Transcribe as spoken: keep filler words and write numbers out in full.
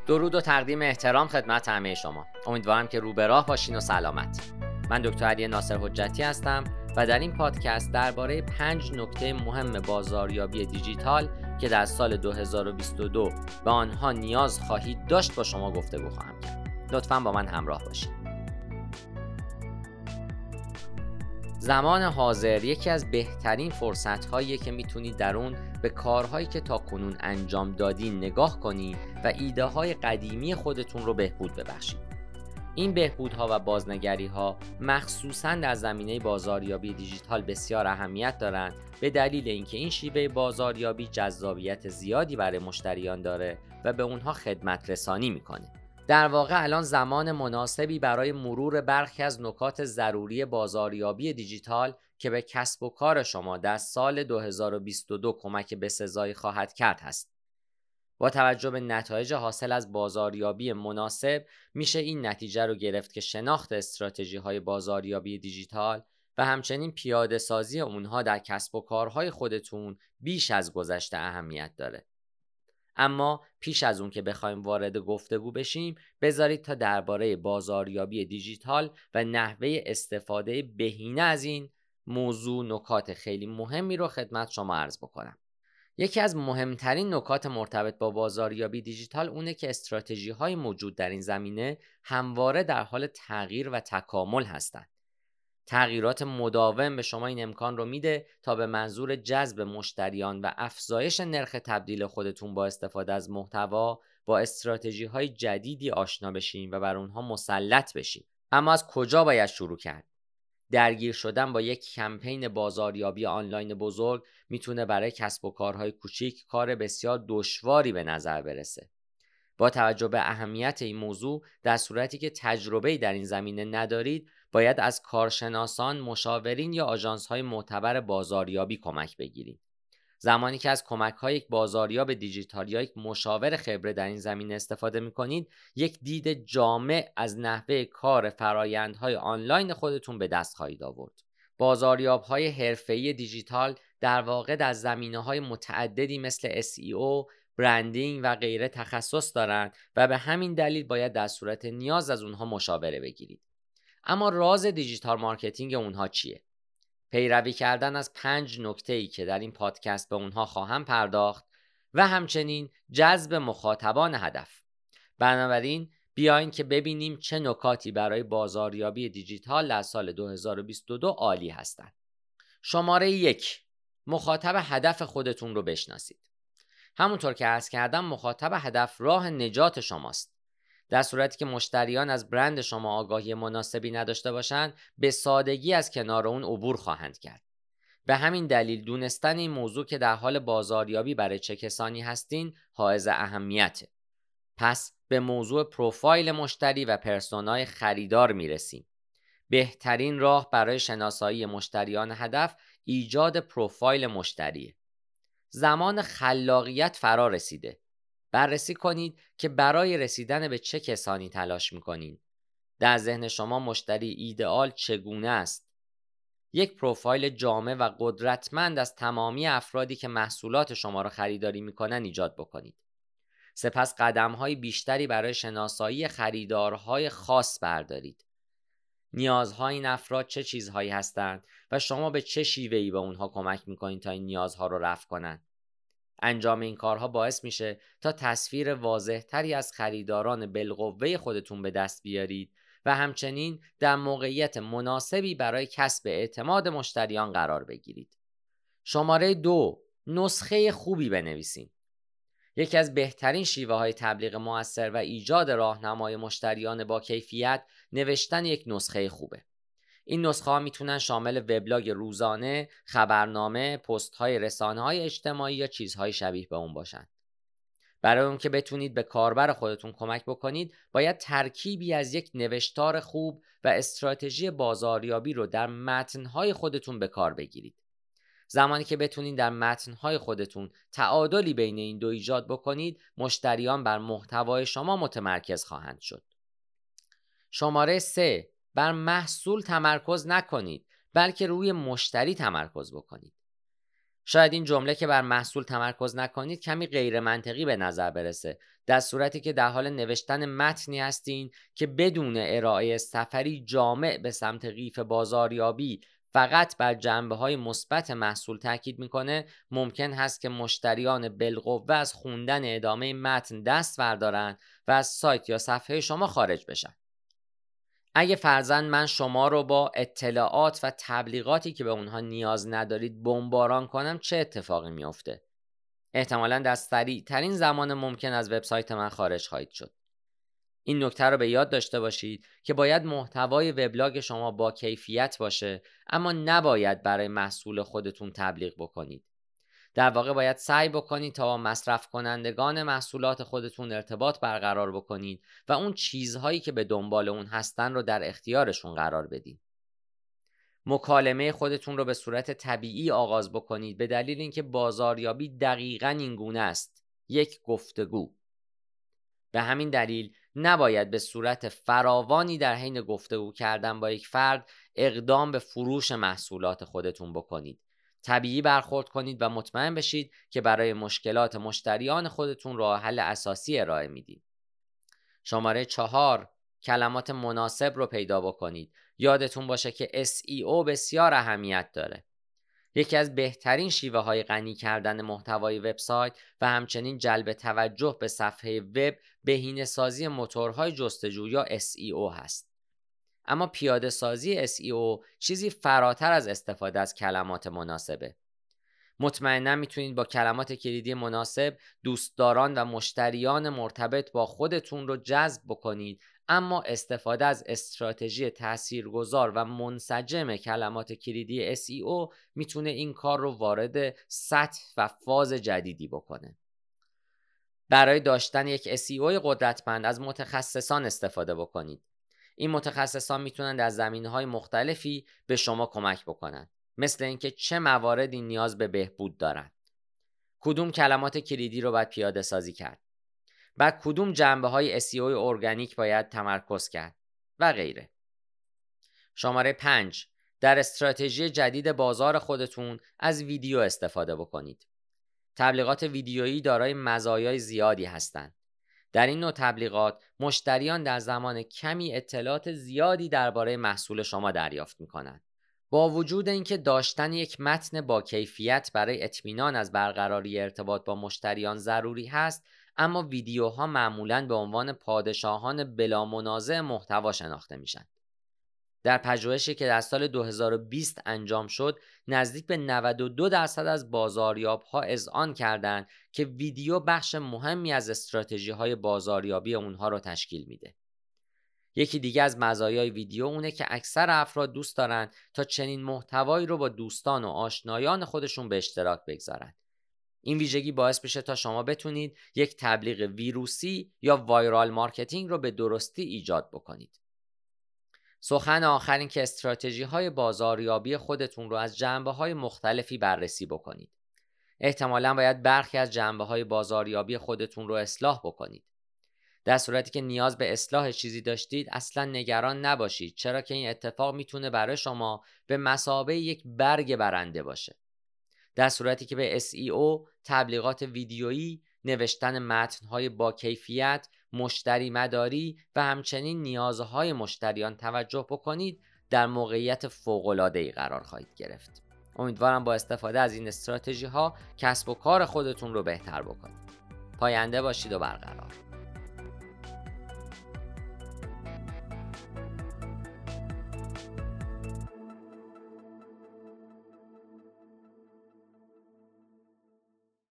درود و تقدیم احترام خدمت همه شما. امیدوارم که رو به راه باشین و سلامت. من دکتر علی ناصر حجتی هستم و در این پادکست درباره پنج نکته مهم بازاریابی دیجیتال که در سال دو هزار و بیست و دو به آنها نیاز خواهید داشت با شما گفتگو خواهم کرد. لطفاً با من همراه باشید. زمان حاضر یکی از بهترین فرصت‌هاییه که میتونید در اون به کارهایی که تا کنون انجام دادین نگاه کنید و ایده‌های قدیمی خودتون رو بهبود ببخشید. این بهبودها و بازنگری‌ها مخصوصاً در زمینه بازاریابی دیجیتال بسیار اهمیت دارند به دلیل اینکه این شیوه بازاریابی جذابیت زیادی برای مشتریان داره و به اونها خدمت رسانی میکنه. در واقع الان زمان مناسبی برای مرور برخی از نکات ضروری بازاریابی دیجیتال که به کسب و کار شما در سال دو هزار و بیست و دو کمک بسزایی خواهد کرد هست. با توجه به نتایج حاصل از بازاریابی مناسب میشه این نتیجه رو گرفت که شناخت استراتژی‌های بازاریابی دیجیتال و همچنین پیاده سازی اونها در کسب و کارهای خودتون بیش از گذشته اهمیت داره. اما پیش از اون که بخوایم وارد گفتگو بشیم، بذارید تا درباره بازاریابی دیجیتال و نحوه استفاده بهینه از این موضوع نکات خیلی مهمی رو خدمت شما عرض بکنم. یکی از مهمترین نکات مرتبط با بازاریابی دیجیتال اونه که استراتژی‌های موجود در این زمینه همواره در حال تغییر و تکامل هستند. تغییرات مداوم به شما این امکان رو میده تا به منظور جذب مشتریان و افزایش نرخ تبدیل خودتون با استفاده از محتوا با استراتژی‌های جدیدی آشنا بشین و بر اونها مسلط بشین. اما از کجا باید شروع کرد؟ درگیر شدن با یک کمپین بازاریابی آنلاین بزرگ میتونه برای کسب و کارهای کوچیک کار بسیار دشواری به نظر برسه. با توجه به اهمیت این موضوع، در صورتی که تجربه‌ای در این زمینه ندارید، باید از کارشناسان، مشاورین یا آژانس‌های معتبر بازاریابی کمک بگیرید. زمانی که از کمک‌های یک بازاریاب دیجیتال یا یک مشاور خبره در این زمینه استفاده می‌کنید، یک دید جامع از نحوه کار فرآیندهای آنلاین خودتون به دست خواهید آورد. بازاریاب‌های حرفه‌ای دیجیتال در واقع در زمینه‌های متعددی مثل اس ای او، برندینگ و غیره تخصص دارند و به همین دلیل باید در صورت نیاز از اونها مشاوره بگیرید. اما راز دیجیتال مارکتینگ اونها چیه؟ پیروی کردن از پنج نکته‌ای که در این پادکست به اونها خواهم پرداخت و همچنین جذب مخاطبان هدف. بنابراین بیاین که ببینیم چه نکاتی برای بازاریابی دیجیتال در سال دو هزار و بیست و دو عالی هستند. شماره یک، مخاطب هدف خودتون رو بشناسید. همونطور که عرض کردم، مخاطب هدف راه نجات شماست. در صورتی که مشتریان از برند شما آگاهی مناسبی نداشته باشند، به سادگی از کنار اون عبور خواهند کرد. به همین دلیل دونستن این موضوع که در حال بازاریابی برای چه کسانی هستین حائز اهمیته. پس به موضوع پروفایل مشتری و پرسونای خریدار میرسیم. بهترین راه برای شناسایی مشتریان هدف ایجاد پروفایل مشتریه. زمان خلاقیت فرا رسیده. بررسی کنید که برای رسیدن به چه کسانی تلاش میکنین. در ذهن شما مشتری ایدئال چگونه است؟ یک پروفایل جامع و قدرتمند از تمامی افرادی که محصولات شما را خریداری میکنن ایجاد بکنید. سپس قدم‌های بیشتری برای شناسایی خریدارهای خاص بردارید. نیازهای این افراد چه چیزهایی هستند و شما به چه شیوهی به اونها کمک میکنید تا این نیازها رو رفع کنند. انجام این کارها باعث میشه تا تصویر واضح‌تری از خریداران بالقوه خودتون به دست بیارید و همچنین در موقعیت مناسبی برای کسب اعتماد مشتریان قرار بگیرید. شماره دو، نسخه خوبی بنویسید. یکی از بهترین شیوه‌های تبلیغ مؤثر و ایجاد راهنمای مشتریان با کیفیت نوشتن یک نسخه خوبه. این نسخه ها میتونن شامل وبلاگ روزانه، خبرنامه، پست‌های رسانه‌های اجتماعی یا چیزهای شبیه به اون باشن. برای اون که بتونید به کاربر خودتون کمک بکنید، باید ترکیبی از یک نوشتار خوب و استراتژی بازاریابی رو در متن‌های خودتون به کار بگیرید. زمانی که بتونید در متن‌های خودتون تعادلی بین این دو ایجاد بکنید، مشتریان بر محتوای شما متمرکز خواهند شد. شماره سه، بر محصول تمرکز نکنید، بلکه روی مشتری تمرکز بکنید. شاید این جمله که بر محصول تمرکز نکنید کمی غیر منطقی به نظر برسه، در صورتی که در حال نوشتن متنی هستین که بدون ارائه سفری جامع به سمت قیف بازاریابی فقط بر جنبه‌های مثبت محصول تاکید میکنه، ممکن هست که مشتریان بالقوه از خوندن ادامه متن دست بردارن و از سایت یا صفحه شما خارج بشن. اگه فرضاً من شما رو با اطلاعات و تبلیغاتی که به اونها نیاز ندارید بمباران کنم، چه اتفاقی میفته؟ احتمالاً در سریع ترین زمان ممکن از وبسایت من خارج خواهید شد. این نکته رو به یاد داشته باشید که باید محتوای وبلاگ شما با کیفیت باشه، اما نباید برای محصول خودتون تبلیغ بکنید. در واقع باید سعی بکنید تا با مصرف کنندگان محصولات خودتون ارتباط برقرار بکنید و اون چیزهایی که به دنبال اون هستن رو در اختیارشون قرار بدید. مکالمه خودتون رو به صورت طبیعی آغاز بکنید، به دلیل اینکه بازاریابی دقیقاً این گونه است، یک گفتگو. به همین دلیل نباید به صورت فراوانی در حین گفتگو کردن با یک فرد اقدام به فروش محصولات خودتون بکنید. طبیعی برخورد کنید و مطمئن بشید که برای مشکلات مشتریان خودتون راه حل اساسی ارائه میدید. شماره چهار، کلمات مناسب رو پیدا بکنید. یادتون باشه که اس ای او بسیار اهمیت داره. یکی از بهترین شیوه های غنی کردن محتوای وبسایت و همچنین جلب توجه به صفحه وب بهینه‌سازی موتورهای جستجو یا اس ای او هست. اما پیاده سازی اس ای او چیزی فراتر از استفاده از کلمات مناسبه. مطمئنا میتونید با کلمات کلیدی مناسب دوستداران و مشتریان مرتبط با خودتون رو جذب بکنید، اما استفاده از استراتژی تاثیرگذار و منسجم کلمات کلیدی اس ای او میتونه این کار رو وارد سطح و فاز جدیدی بکنه. برای داشتن یک اس ای او قدرتمند از متخصصان استفاده بکنید. این متخصصان میتونن در زمینه‌های مختلفی به شما کمک بکنن، مثل اینکه چه مواردی نیاز به بهبود دارن، کدوم کلمات کلیدی رو باید پیاده سازی کرد، بعد کدوم جنبه‌های اس ای او ارگانیک باید تمرکز کرد و غیره. شماره پنج، در استراتژی جدید بازار خودتون از ویدیو استفاده بکنید. تبلیغات ویدیویی دارای مزایای زیادی هستند. در این نوع تبلیغات مشتریان در زمان کمی اطلاعات زیادی درباره محصول شما دریافت می‌کنند. با وجود اینکه داشتن یک متن با کیفیت برای اطمینان از برقراری ارتباط با مشتریان ضروری هست، اما ویدیوها معمولاً به عنوان پادشاهان بلا منازع محتوا شناخته میشن. در پژوهشی که در سال دو هزار و بیست انجام شد، نزدیک به نود و دو درصد از بازاریاب‌ها اذعان کردند که ویدیو بخش مهمی از استراتژی‌های بازاریابی اونها رو تشکیل میده. یکی دیگه از مزایای ویدیو اونه که اکثر افراد دوست دارن تا چنین محتوایی رو با دوستان و آشنایان خودشون به اشتراک بگذارن. این ویژگی باعث میشه تا شما بتونید یک تبلیغ ویروسی یا وایرال مارکتینگ رو به درستی ایجاد بکنید. سخن آخر این که استراتژی‌های بازاریابی خودتون رو از جنبه‌های مختلفی بررسی بکنید. احتمالاً باید برخی از جنبه‌های بازاریابی خودتون رو اصلاح بکنید. در صورتی که نیاز به اصلاح چیزی داشتید، اصلا نگران نباشید، چرا که این اتفاق میتونه برای شما به مثابه یک برگ برنده باشه. در صورتی که به اس ای او، تبلیغات ویدیویی، نوشتن متن‌های با کیفیت، مشتری مداری و همچنین نیازهای مشتریان توجه بکنید، در موقعیت فوق‌العاده‌ای قرار خواهید گرفت. امیدوارم با استفاده از این استراتژی‌ها کسب و کار خودتون رو بهتر بکنید. پاینده باشید و برقرار.